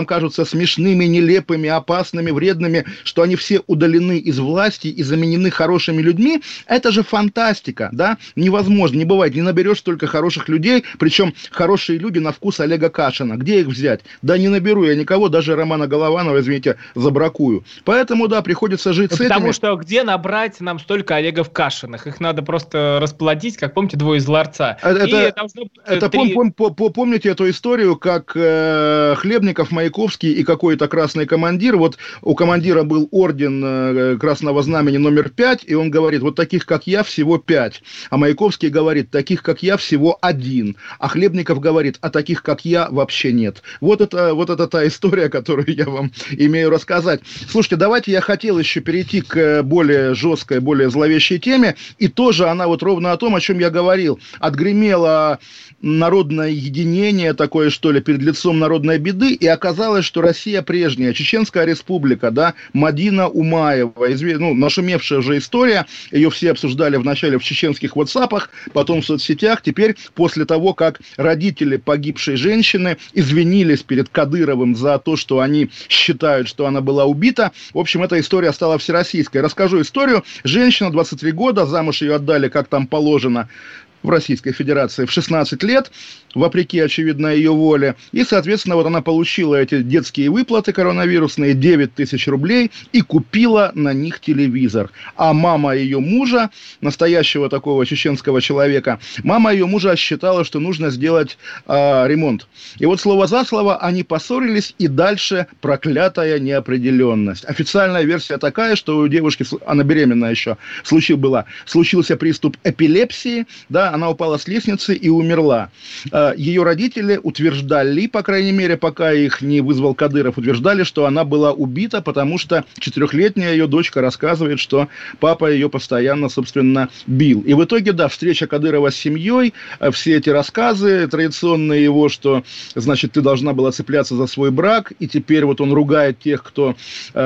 нам кажутся смешными, нелепыми, опасными, вредными, что они все удалены из власти и заменены хорошими людьми, это же фантастика, да? Невозможно, не бывает, не наберешь столько хороших людей, причем хорошие люди на вкус Олега Кашина. Где их взять? Да не наберу я никого, даже Романа Голованова, извините, забракую. Поэтому, да, приходится жить ну, с этим. Потому что где набрать нам столько Олегов Кашиных? Их надо просто расплодить, как помните, двое из ларца. Это, и должно быть это три... пом, пом, пом, помните эту историю, как э, Хлебников, Маяковский и какой-то красный командир, вот у командира был орден э, Красного Знамени номер пять, и он говорит, вот таких, как я, всего пять. А Маяковский говорит, таких, как я, всего один. А Хлебников говорит, а таких, как я, вообще нет. Вот это, вот это та история, которую я вам имею рассказать. Слушайте, давайте я хотел еще перейти к более жесткой, более зловещей теме, и тоже она вот ровно о том, о чем я говорил. Отгремело народное единение такое, что ли, перед лицом народной беды, и оказалось, что Россия прежняя, Чеченская республика, да, Мадина Умаева, изве... ну, нашумевшая уже история, ее все обсуждали вначале в чеченских ватсапах, потом в соцсетях, теперь после того, как родители погибшей женщины извинились перед Кадыровым за то, что они считают, что она была убита, в общем, эта история стала всероссийской. Расскажу историю. Женщина, двадцать три года, замуж ее отдали, как там положено, в Российской Федерации в шестнадцать лет, вопреки, очевидно, ее воле. И, соответственно, вот она получила эти детские выплаты коронавирусные, девять тысяч рублей, и купила на них телевизор. А мама ее мужа, настоящего такого чеченского человека, мама ее мужа считала, что нужно сделать э, ремонт. И вот слово за слово они поссорились, и дальше проклятая неопределенность. Официальная версия такая, что у девушки, она беременна еще, случай была, случился приступ эпилепсии, да, она упала с лестницы и умерла. Ее родители утверждали, по крайней мере, пока их не вызвал Кадыров, утверждали, что она была убита, потому что четырехлетняя ее дочка рассказывает, что папа ее постоянно, собственно, бил. И в итоге, да, встреча Кадырова с семьей, все эти рассказы традиционные его, что, значит, ты должна была цепляться за свой брак, и теперь вот он ругает тех, кто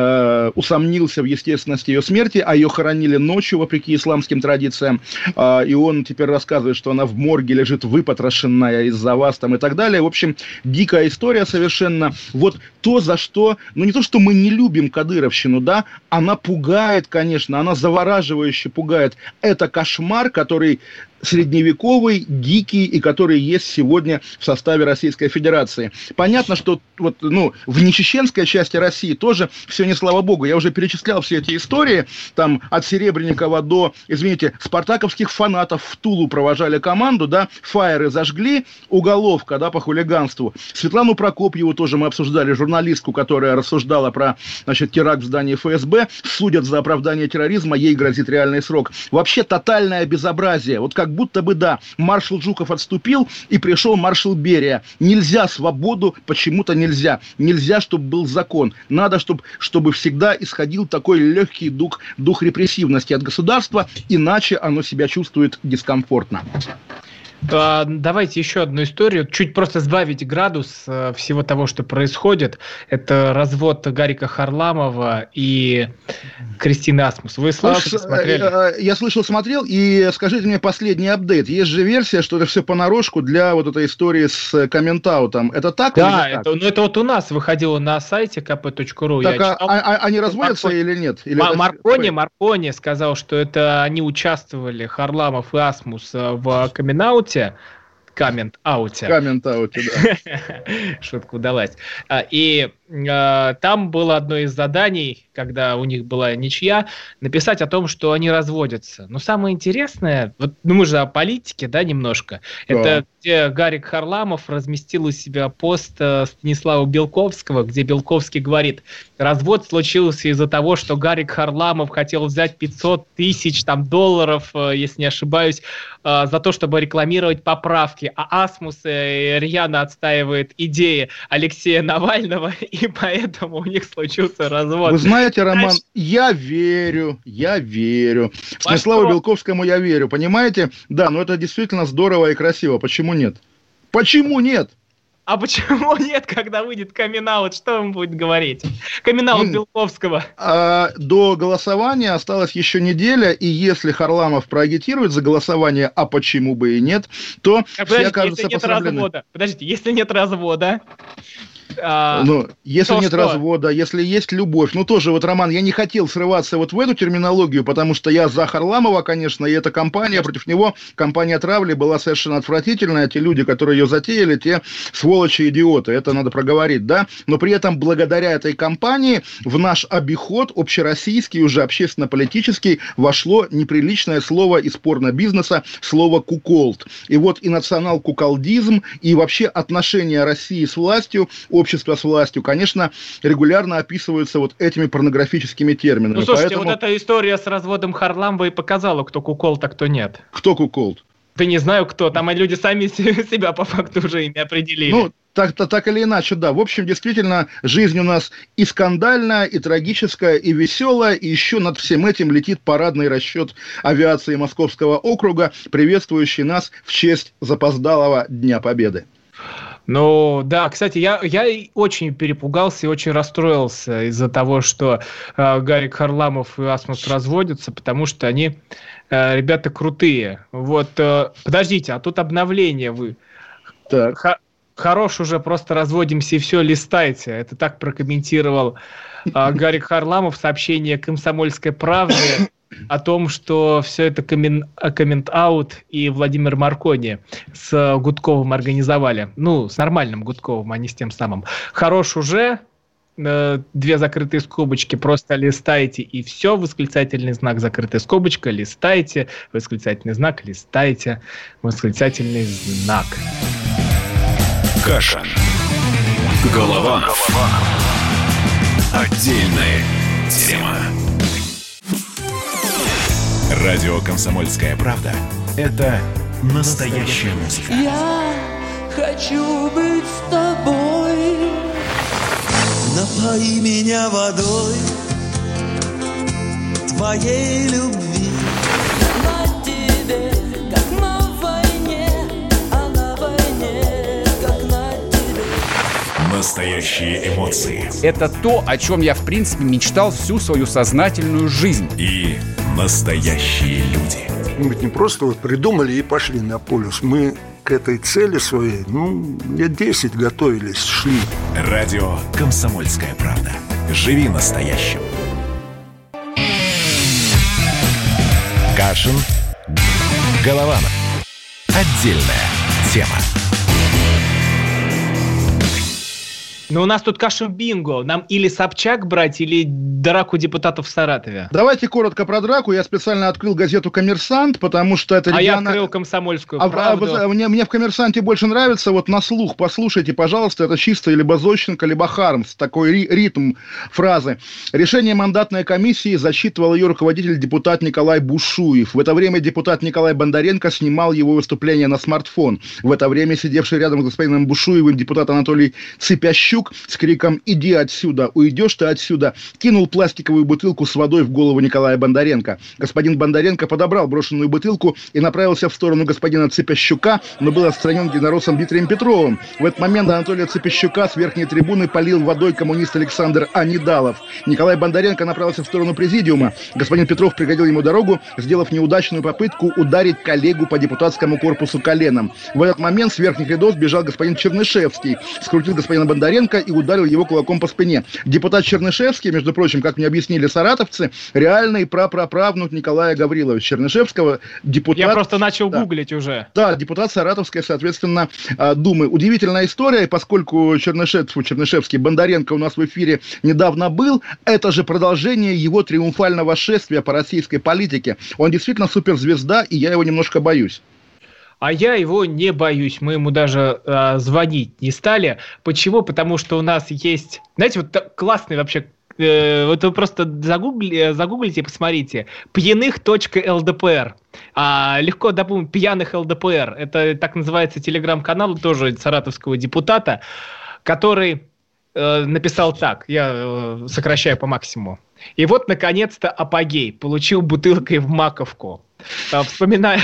э, усомнился в естественности ее смерти, а ее хоронили ночью, вопреки исламским традициям, э, и он теперь рассказывает, что она в морге лежит выпотрошенная из-за вас там и так далее. В общем, дикая история совершенно. Вот то, за что, ну не то, что мы не любим кадыровщину, да, она пугает, конечно, она завораживающе пугает. Это кошмар, который средневековый, дикий, и который есть сегодня в составе Российской Федерации. Понятно, что вот, ну, в нечеченской части России тоже все не слава богу. Я уже перечислял все эти истории, там, от Серебренникова до, извините, спартаковских фанатов в Тулу провожали команду, да, фаеры зажгли, уголовка, да, по хулиганству. Светлану Прокопьеву тоже мы обсуждали, журналистку, которая рассуждала про, значит, теракт в здании эф эс бэ, судят за оправдание терроризма, ей грозит реальный срок. Вообще тотальное безобразие. Вот как Как будто бы, да, маршал Жуков отступил, и пришел маршал Берия. Нельзя свободу, почему-то нельзя. Нельзя, чтобы был закон. Надо, чтобы, чтобы всегда исходил такой легкий дух, дух репрессивности от государства, иначе оно себя чувствует дискомфортно. Давайте еще одну историю, чуть просто сбавить градус всего того, что происходит. Это развод Гарика Харламова и Кристины Асмус. Вы слышали, смотрели? Я слышал, смотрел, и скажите мне последний апдейт. Есть же версия, что это все понарошку для вот этой истории с коммент-аутом. Это так? Да, это, ну, это вот у нас выходило на сайте ка пэ точка ру. Так, а, а, они разводятся Маркони, или нет? Или М- Маркони, Маркони сказал, что это они участвовали, Харламов и Асмус, в камин-ауте. Камент-ауте. Камент-ауте, да. Шутка удалась. И э, там было одно из заданий, когда у них была ничья, написать о том, что они разводятся. Но самое интересное, вот, ну мы же о политике, да, немножко, да. Это где Гарик Харламов разместил у себя пост э, Станислава Белковского, где Белковский говорит, развод случился из-за того, что Гарик Харламов хотел взять пятьсот тысяч там, долларов, э, если не ошибаюсь, э, за то, чтобы рекламировать поправки. А Асмус э, рьяно отстаивает идеи Алексея Навального, и поэтому у них случился развод. Вы знаете, Роман, Знаешь... я верю, я верю. Станиславу Белковскому я верю, понимаете? Да, но это действительно здорово и красиво. Почему нет? Почему нет? А почему нет, когда выйдет камин-аут? Что он будет говорить? Камин-аут Белковского. А, до голосования осталась еще неделя, и если Харламов проагитирует за голосование, а почему бы и нет, то а, все окажутся посрамлены. Подождите, если нет развода... А, ну, если то нет что? развода, если есть любовь. Ну, тоже, вот, Роман, я не хотел срываться вот в эту терминологию, потому что я за Харламова, конечно, и эта кампания против него, кампания травли была совершенно отвратительная. Те люди, которые ее затеяли, те сволочи-идиоты, это надо проговорить, да? Но при этом, благодаря этой кампании, в наш обиход общероссийский, уже общественно-политический, вошло неприличное слово из порно-бизнеса, слово «куколд». И вот и национал-куколдизм, и вообще отношения России с властью, общество с властью, конечно, регулярно описываются вот этими порнографическими терминами. Ну, слушайте, Поэтому... вот эта история с разводом Харламова и показала, кто куколд, а кто нет. Кто куколд? Да не знаю кто, там люди сами себя по факту уже ими определили. Ну, так-то, так или иначе, да. В общем, действительно, жизнь у нас и скандальная, и трагическая, и веселая, и еще над всем этим летит парадный расчет авиации Московского округа, приветствующий нас в честь запоздалого Дня Победы. Ну, да, кстати, я, я очень перепугался и очень расстроился из-за того, что э, Гарик Харламов и Асмус разводятся, потому что они, э, ребята, крутые. Вот, э, подождите, а тут обновление вы. Так. Х- хорош уже, просто разводимся и все, листайте. Это так прокомментировал э, Гарик Харламов в сообщении «Комсомольской правды» о том, что все это коммент-аут и Владимир Маркони с Гудковым организовали. Ну, с нормальным Гудковым, а не с тем самым. Хорош уже, э, две закрытые скобочки, просто листайте и все, восклицательный знак, закрытая скобочка, листайте, восклицательный знак, листайте, восклицательный знак. Каша. Голова. Голова. Отдельная тема. Радио «Комсомольская правда» — это настоящая музыка. Я хочу быть с тобой. Напои меня водой твоей любви. На тебе, как на войне, а на войне, как на тебе. Настоящие эмоции. Это то, о чем я, в принципе, мечтал всю свою сознательную жизнь. И настоящие люди. Мы ведь не просто вот придумали и пошли на полюс. Мы к этой цели своей, ну, лет десять готовились, шли. Радио «Комсомольская правда». Живи настоящим. Кашин. Голованов. Отдельная тема. Ну, у нас тут Кашин-бинго. Нам или Собчак брать, или драку депутатов в Саратове. Давайте коротко про драку. Я специально открыл газету «Коммерсант», потому что это... А региона... я открыл «Комсомольскую а, правду». А, мне, мне в «Коммерсанте» больше нравится. Вот на слух послушайте, пожалуйста. Это чисто либо Зощенко, либо Хармс. Такой ри- ритм фразы. Решение мандатной комиссии зачитывал ее руководитель депутат Николай Бушуев. В это время депутат Николай Бондаренко снимал его выступление на смартфон. В это время сидевший рядом с господином Бушуевым депутат Анатолий Цыпящук с криком «Иди отсюда! Уйдешь ты отсюда!» кинул пластиковую бутылку с водой в голову Николая Бондаренко. Господин Бондаренко подобрал брошенную бутылку и направился в сторону господина Цыпящука, но был отстранен единороссом Дмитрием Петровым. В этот момент Анатолия Цыпящука с верхней трибуны полил водой коммунист Александр Анидалов. Николай Бондаренко направился в сторону президиума. Господин Петров преградил ему дорогу, сделав неудачную попытку ударить коллегу по депутатскому корпусу коленом. В этот момент с верхних рядов бежал господин Чернышевский, скрутил господина Бондаренко и ударил его кулаком по спине. Депутат Чернышевский, между прочим, как мне объяснили саратовцы, реальный прапраправнук Николая Гавриловича Чернышевского, депутат... Я просто начал да, гуглить уже. Да, депутат Саратовской, соответственно, Думы. Удивительная история, и поскольку Чернышев, Чернышевский, Бондаренко у нас в эфире недавно был, это же продолжение его триумфального шествия по российской политике. Он действительно суперзвезда, и я его немножко боюсь. А я его не боюсь, мы ему даже э, звонить не стали. Почему? Потому что у нас есть, знаете, вот классный вообще, э, вот вы просто загугли, загуглите и посмотрите, пьяных точка эл дэ пэ эр. А, легко допомнить, пьяных эл дэ пэ эр. Это так называется телеграм-канал, тоже саратовского депутата, который э, написал так, я э, сокращаю по максимуму. И вот, наконец-то, апогей. Получил бутылкой в маковку. Э, вспоминаю...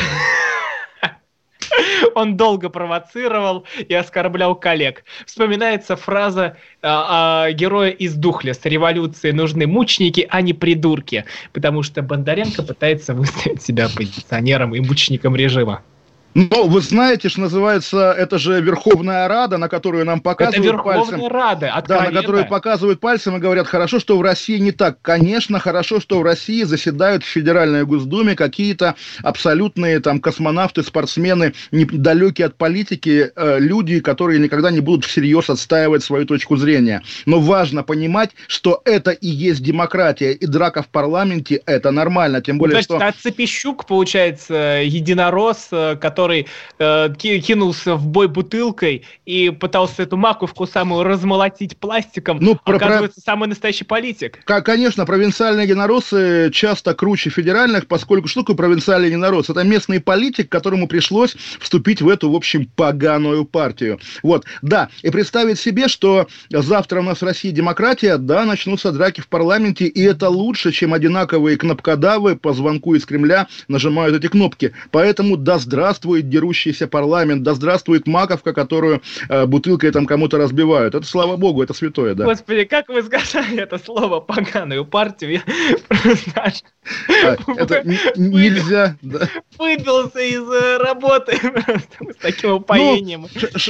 Он долго провоцировал и оскорблял коллег. Вспоминается фраза а, а, героя из Духля: с революцией нужны мученики, а не придурки. Потому что Бондаренко пытается выставить себя оппозиционером и мучеником режима. Ну, вы знаете, что называется, это же Верховная Рада, на которую нам показывают это Верховная пальцем. Рада, откровенно. Да, на которую показывают пальцем и говорят, хорошо, что в России не так. Конечно, хорошо, что в России заседают в Федеральной Госдуме какие-то абсолютные там космонавты, спортсмены, недалекие от политики, э, люди, которые никогда не будут всерьез отстаивать свою точку зрения. Но важно понимать, что это и есть демократия, и драка в парламенте – это нормально, тем более, ну, то есть, что... а Цепищук, получается, единорос, который который э, кинулся в бой бутылкой и пытался эту маковку самую размолотить пластиком, ну, оказывается, про... самый настоящий политик. Конечно, провинциальные единороссы часто круче федеральных, поскольку что такое провинциальный единорос? Это местный политик, которому пришлось вступить в эту, в общем, поганую партию. Вот, да, и представить себе, что завтра у нас в России демократия, да, начнутся драки в парламенте, и это лучше, чем одинаковые кнопкодавы по звонку из Кремля нажимают эти кнопки. Поэтому да здравствует дерущийся парламент, да здравствует маковка, которую э, бутылкой там кому-то разбивают. Это, слава богу, это святое, да. Господи, как вы сказали это слово «поганую партию», я просто это нельзя. Выбился из работы с таким упоением.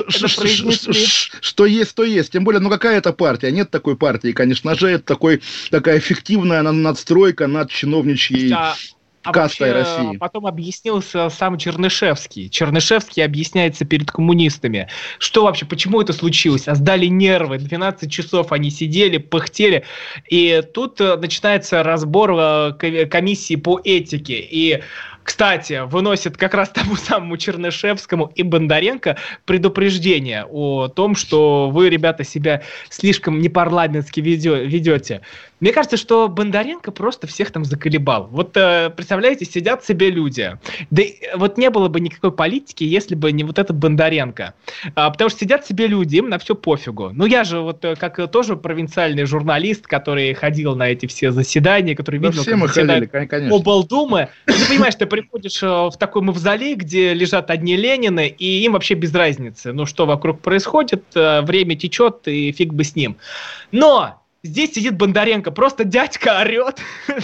Что есть, то есть. Тем более, ну какая это партия? Нет такой партии, конечно же. Это такая эффективная надстройка над чиновничьей... А вообще, России. Потом объяснился сам Чернышевский. Чернышевский объясняется перед коммунистами. Что вообще, почему это случилось? А сдали нервы, двенадцать часов они сидели, пыхтели. И тут начинается разбор комиссии по этике. И, кстати, выносит как раз тому самому Чернышевскому и Бондаренко предупреждение о том, что вы, ребята, себя слишком непарламентски ведете. Мне кажется, что Бондаренко просто всех там заколебал. Вот, э, представляете, сидят себе люди. Да вот не было бы никакой политики, если бы не вот этот Бондаренко. А, потому что сидят себе люди, им на все пофигу. Ну, я же вот как тоже провинциальный журналист, который ходил на эти все заседания, который да видел, все мы как заседают конечно. облдумы. Ты понимаешь, ты приходишь в такой мавзолей, где лежат одни Ленины, и им вообще без разницы. Ну, что вокруг происходит, время течет, и фиг бы с ним. Но... Здесь сидит Бондаренко, просто дядька орет.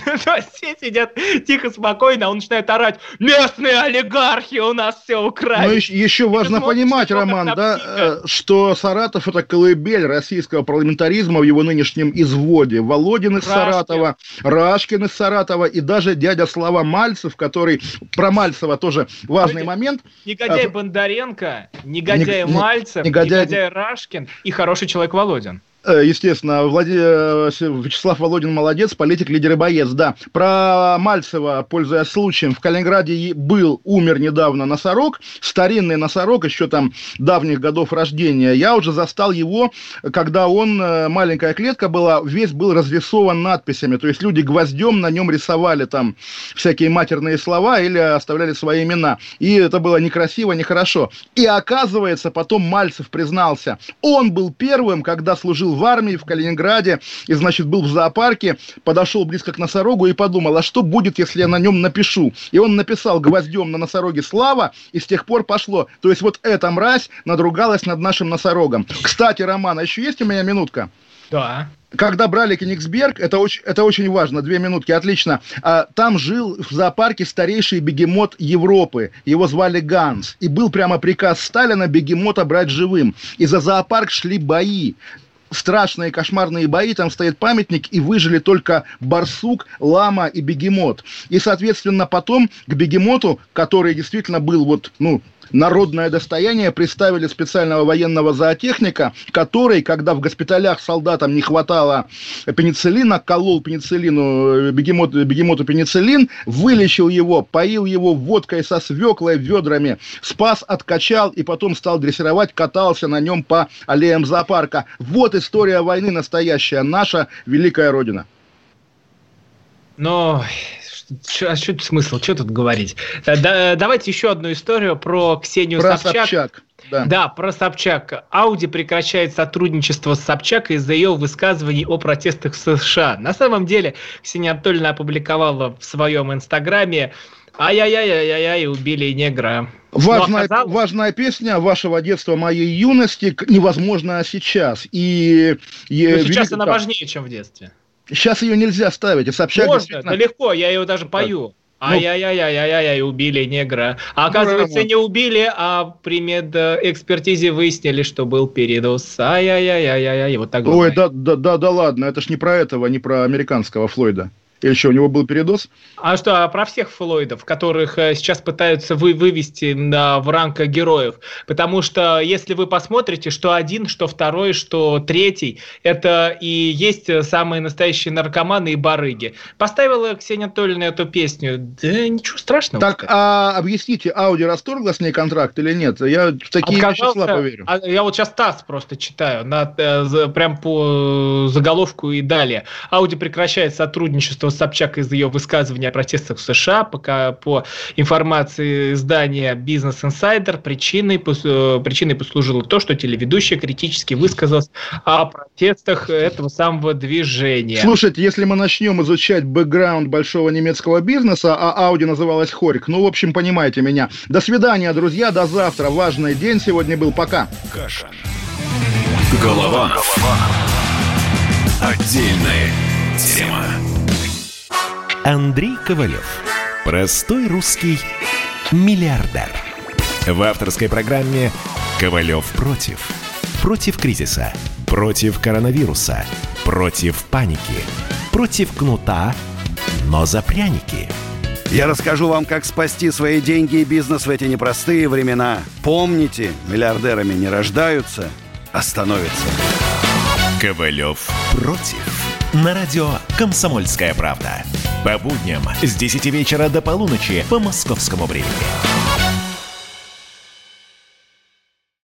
Все сидят тихо, спокойно, а он начинает орать: местные олигархи у нас все украли. Но еще, еще важно понимать, Роман, да, что Саратов — это колыбель российского парламентаризма в его нынешнем изводе. Володин из Рашкин. Саратова, Рашкин из Саратова и даже дядя Слава Мальцев, который... Про Мальцева тоже важный Вы, момент. Негодяй а, Бондаренко, негодяй не, Мальцев, негодяй... негодяй Рашкин и хороший человек Володин. Естественно, Влади... Вячеслав Володин молодец, политик, лидер и боец, да. Про Мальцева, пользуясь случаем, в Калининграде был, умер недавно носорог, старинный носорог, еще там давних годов рождения. Я уже застал его, когда он, маленькая клетка была, весь был разрисован надписями, то есть люди гвоздем на нем рисовали там всякие матерные слова или оставляли свои имена. И это было некрасиво, нехорошо. И оказывается, потом Мальцев признался, он был первым, когда служил в армии в Калининграде и, значит, был в зоопарке, подошел близко к носорогу и подумал, а что будет, если я на нем напишу? И он написал гвоздем на носороге «Слава», и с тех пор пошло. То есть вот эта мразь надругалась над нашим носорогом. Кстати, Роман, а еще есть у меня минутка? Да. Когда брали Кенигсберг, это очень, это очень важно, две минутки, отлично, а, там жил в зоопарке старейший бегемот Европы, его звали Ганс, и был прямо приказ Сталина бегемота брать живым, и за зоопарк шли бои. Страшные кошмарные бои, там стоит памятник, и выжили только барсук, лама и бегемот. И, соответственно, потом к бегемоту, который действительно был вот, ну, народное достояние, приставили специального военного зоотехника, который, когда в госпиталях солдатам не хватало пенициллина, колол пенициллину, бегемот, бегемоту пенициллин, вылечил его, поил его водкой со свеклой ведрами, спас, откачал и потом стал дрессировать, катался на нем по аллеям зоопарка. Вот история войны настоящая, наша великая Родина. Но... А что тут смысл? Что тут говорить? Да, давайте еще одну историю про Ксению про Собчак. Собчак. Да. да, про Собчак. Ауди прекращает сотрудничество с Собчак из-за ее высказываний о протестах в США. На самом деле, Ксения Анатольевна опубликовала в своем инстаграме: ай-яй-яй-яй-яй, убили негра. Важная, оказалось... важная песня вашего детства, моей юности, невозможно сейчас. И, и Но сейчас велик... она важнее, чем в детстве. Сейчас ее нельзя ставить. И Собчак Можно, действительно... да легко, я ее даже пою. Ай-яй-яй-яй-яй-яй, убили негра. А оказывается, не убили, а при медэкспертизе выяснили, что был передоз. Ай-яй-яй-яй-яй, вот так. Ой, да, да, да, да ладно, это ж не про этого, не про американского Флойда. Или что, у него был передоз? А что, а про всех Флойдов, которых сейчас пытаются вы, вывести на, в ранг героев? Потому что, если вы посмотрите, что один, что второй, что третий, это и есть самые настоящие наркоманы и барыги. Поставила Ксения Анатольевна эту песню, да ничего страшного. Так, а объясните, Ауди расторгла с ней контракт или нет? Я в такие вещи слабо верю. А, я вот сейчас ТАСС просто читаю, на, э, прям по заголовку и далее. Ауди прекращает сотрудничество с Собчак из-за ее высказывания о протестах в США. Пока по информации издания Business Insider, причиной, причиной послужило то, что телеведущая критически высказалась о протестах этого самого движения. Слушайте, если мы начнем изучать бэкграунд большого немецкого бизнеса, а Audi называлась Хорик, ну, в общем, понимаете меня. До свидания, друзья, до завтра. Важный день сегодня был. Пока. Каша. Голова. Голова. Отдельная тема. Андрей Ковалев. Простой русский миллиардер. В авторской программе «Ковалев против». Против кризиса, против коронавируса, против паники, против кнута, но за пряники. Я расскажу вам, как спасти свои деньги и бизнес в эти непростые времена. Помните, миллиардерами не рождаются, а становятся. Ковалев против. На радио «Комсомольская правда». По будням с десяти вечера до полуночи по московскому времени.